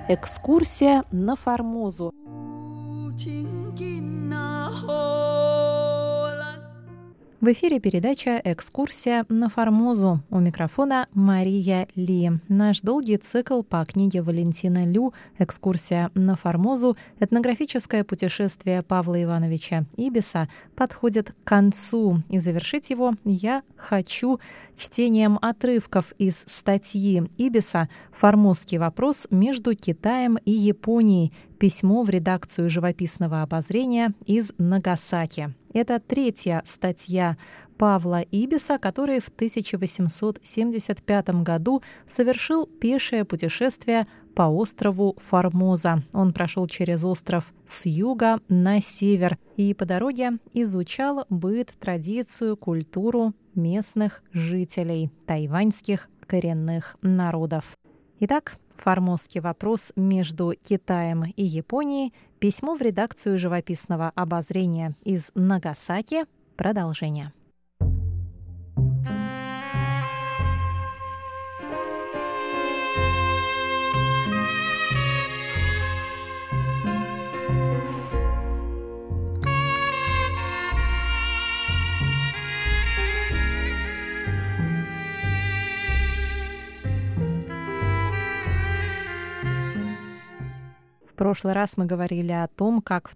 Экскурсия на Формозу. В эфире передача «Экскурсия на Формозу». У микрофона Мария Ли. Наш долгий цикл по книге Валентина Лю «Экскурсия на Формозу. Этнографическое путешествие Павла Ивановича Ибиса» подходит к концу. И завершить его я хочу чтением отрывков из статьи Ибиса «Формозский вопрос между Китаем и Японией. Письмо в редакцию живописного обозрения из Нагасаки». Это третья статья Павла Ибиса, который в 1875 году совершил пешее путешествие по острову Формоза. Он прошел через остров с юга на север и по дороге изучал быт, традицию, культуру местных жителей, тайваньских коренных народов. Итак, формозский вопрос между Китаем и Японией. Письмо в редакцию живописного обозрения из Нагасаки. Продолжение. В прошлый раз мы говорили о том, как в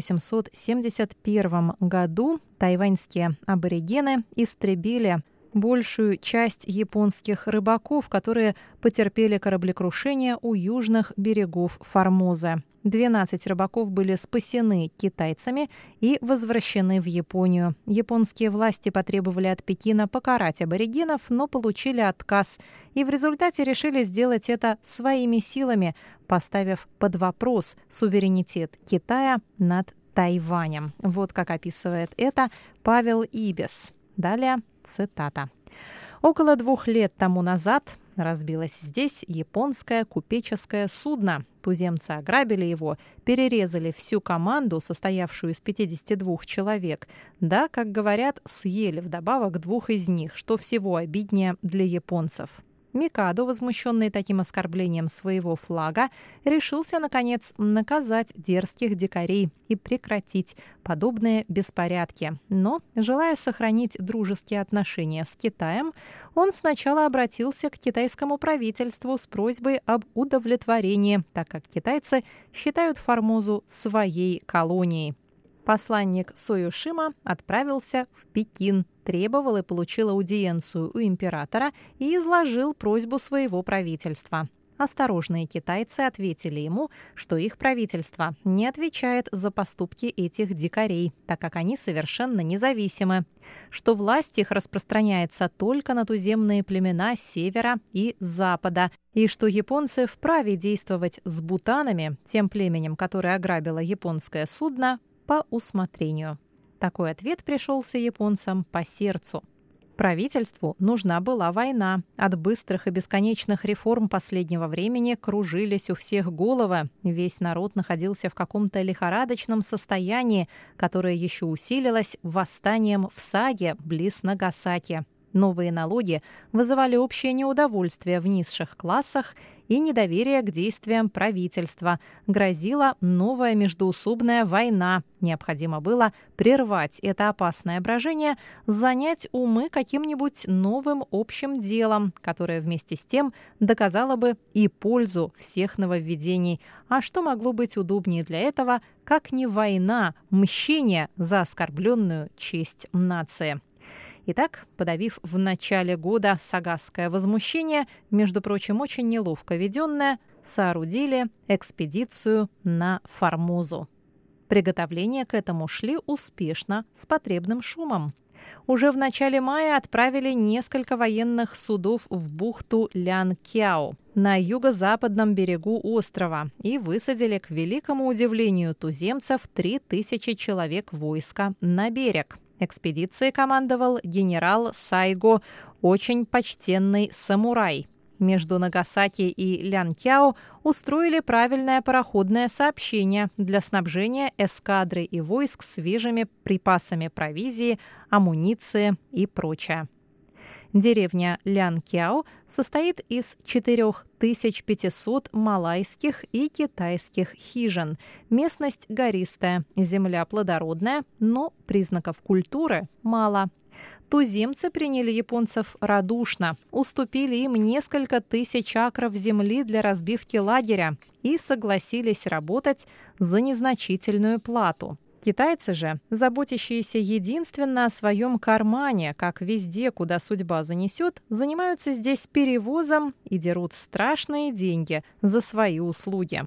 1871 году тайваньские аборигены истребили большую часть японских рыбаков, которые потерпели кораблекрушение у южных берегов Формозы. 12 рыбаков были спасены китайцами и возвращены в Японию. Японские власти потребовали от Пекина покарать аборигенов, но получили отказ. И в результате решили сделать это своими силами, поставив под вопрос суверенитет Китая над Тайванем. Вот как описывает это Павел Ибис. Далее цитата. «Около 2 лет тому назад разбилось здесь японское купеческое судно. Туземцы ограбили его, перерезали всю команду, состоявшую из 52 человек. Да, как говорят, съели вдобавок 2 из них, что всего обиднее для японцев. Микадо, возмущенный таким оскорблением своего флага, решился, наконец, наказать дерзких дикарей и прекратить подобные беспорядки. Но, желая сохранить дружеские отношения с Китаем, он сначала обратился к китайскому правительству с просьбой об удовлетворении, так как китайцы считают Формозу своей колонией. Посланник Союшима отправился в Пекин, требовал и получил аудиенцию у императора и изложил просьбу своего правительства. Осторожные китайцы ответили ему, что их правительство не отвечает за поступки этих дикарей, так как они совершенно независимы, что власть их распространяется только на туземные племена севера и запада, и что японцы вправе действовать с бутанами, тем племенем, которое ограбило японское судно, по усмотрению. Такой ответ пришелся японцам по сердцу. Правительству нужна была война. От быстрых и бесконечных реформ последнего времени кружились у всех головы. Весь народ находился в каком-то лихорадочном состоянии, которое еще усилилось восстанием в Саге близ Нагасаки. Новые налоги вызывали общее неудовольствие в низших классах и недоверие к действиям правительства. Грозила новая междоусобная война. Необходимо было прервать это опасное брожение, занять умы каким-нибудь новым общим делом, которое вместе с тем доказало бы и пользу всех нововведений. А что могло быть удобнее для этого, как не война, мщение за оскорбленную честь нации? Итак, подавив в начале года сагасское возмущение, между прочим, очень неловко веденное, соорудили экспедицию на Формозу. Приготовления к этому шли успешно, с потребным шумом. Уже в начале мая отправили несколько военных судов в бухту Лянкяо на юго-западном берегу острова и высадили, к великому удивлению туземцев, 3000 человек войска на берег. Экспедицией командовал генерал Сайго, очень почтенный самурай. Между Нагасаки и Лянкяо устроили правильное пароходное сообщение для снабжения эскадры и войск свежими припасами провизии, амуниции и прочее. Деревня Лянкяо состоит из 4500 малайских и китайских хижин. Местность гористая, земля плодородная, но признаков культуры мало. Туземцы приняли японцев радушно, уступили им несколько тысяч акров земли для разбивки лагеря и согласились работать за незначительную плату. Китайцы же, заботящиеся единственно о своем кармане, как везде, куда судьба занесет, занимаются здесь перевозом и дерут страшные деньги за свои услуги.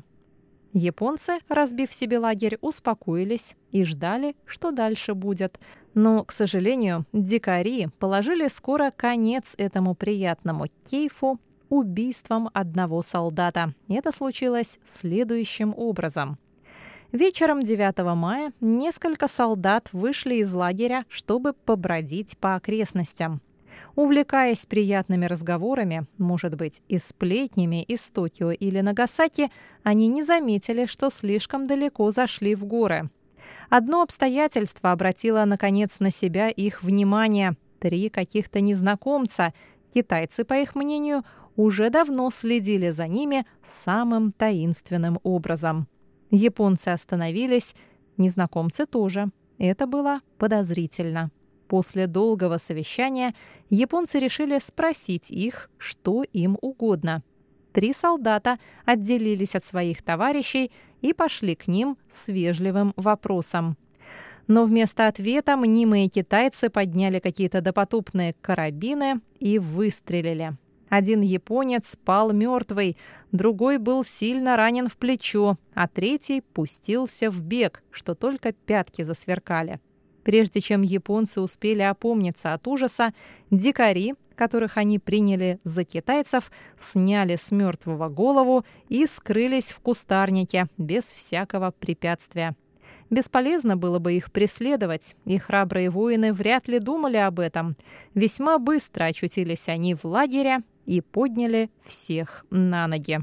Японцы, разбив себе лагерь, успокоились и ждали, что дальше будет. Но, к сожалению, дикари положили скоро конец этому приятному кейфу убийством одного солдата. Это случилось следующим образом. Вечером 9 мая несколько солдат вышли из лагеря, чтобы побродить по окрестностям. Увлекаясь приятными разговорами, может быть, и сплетнями из Токио или Нагасаки, они не заметили, что слишком далеко зашли в горы. Одно обстоятельство обратило, наконец, на себя их внимание. 3 каких-то незнакомца, китайцы, по их мнению, уже давно следили за ними самым таинственным образом. Японцы остановились, незнакомцы тоже. Это было подозрительно. После долгого совещания японцы решили спросить их, что им угодно. 3 солдата отделились от своих товарищей и пошли к ним с вежливым вопросом. Но вместо ответа мнимые китайцы подняли какие-то допотопные карабины и выстрелили. Один японец пал мертвый, другой был сильно ранен в плечо, а третий пустился в бег, что только пятки засверкали. Прежде чем японцы успели опомниться от ужаса, дикари, которых они приняли за китайцев, сняли с мертвого голову и скрылись в кустарнике без всякого препятствия. Бесполезно было бы их преследовать, и храбрые воины вряд ли думали об этом. Весьма быстро очутились они в лагере и подняли всех на ноги.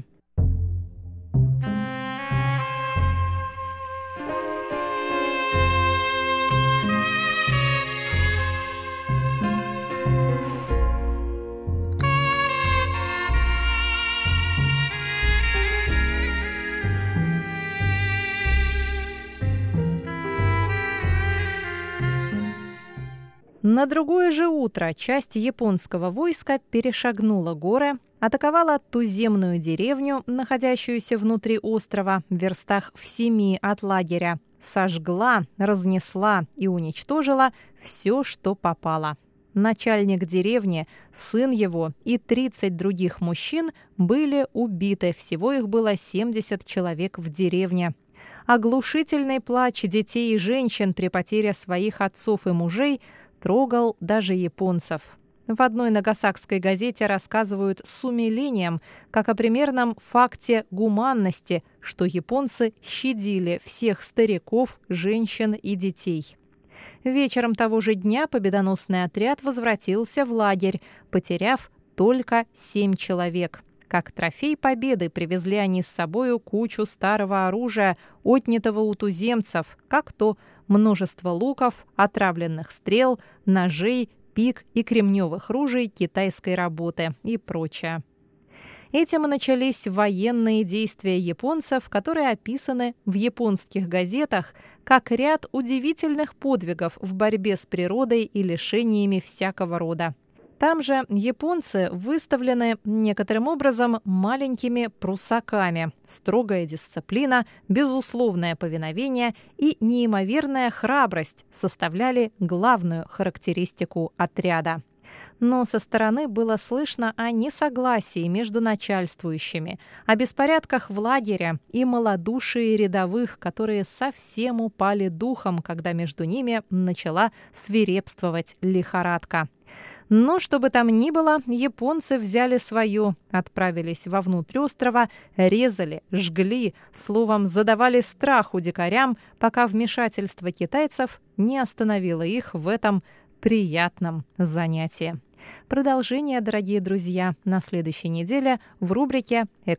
На другое же утро часть японского войска перешагнула горы, атаковала туземную деревню, находящуюся внутри острова, в верстах в 7 от лагеря, сожгла, разнесла и уничтожила все, что попало. Начальник деревни, сын его и 30 других мужчин были убиты, всего их было 70 человек в деревне. Оглушительный плач детей и женщин при потере своих отцов и мужей трогал даже японцев. В одной нагасакской газете рассказывают с умилением, как о примерном факте гуманности, что японцы щадили всех стариков, женщин и детей. Вечером того же дня победоносный отряд возвратился в лагерь, потеряв только 7 человек. Как трофей победы привезли они с собою кучу старого оружия, отнятого у туземцев, как то множество луков, отравленных стрел, ножей, пик и кремневых ружей китайской работы и прочее. Этим и начались военные действия японцев, которые описаны в японских газетах как ряд удивительных подвигов в борьбе с природой и лишениями всякого рода. Там же японцы выставлены некоторым образом маленькими прусаками. Строгая дисциплина, безусловное повиновение и неимоверная храбрость составляли главную характеристику отряда. Но со стороны было слышно о несогласии между начальствующими, о беспорядках в лагере и малодушии рядовых, которые совсем упали духом, когда между ними начала свирепствовать лихорадка. Но, что бы там ни было, японцы взяли свое, отправились вовнутрь острова, резали, жгли, словом, задавали страху дикарям, пока вмешательство китайцев не остановило их в этом приятном занятии. Продолжение, дорогие друзья, на следующей неделе в рубрике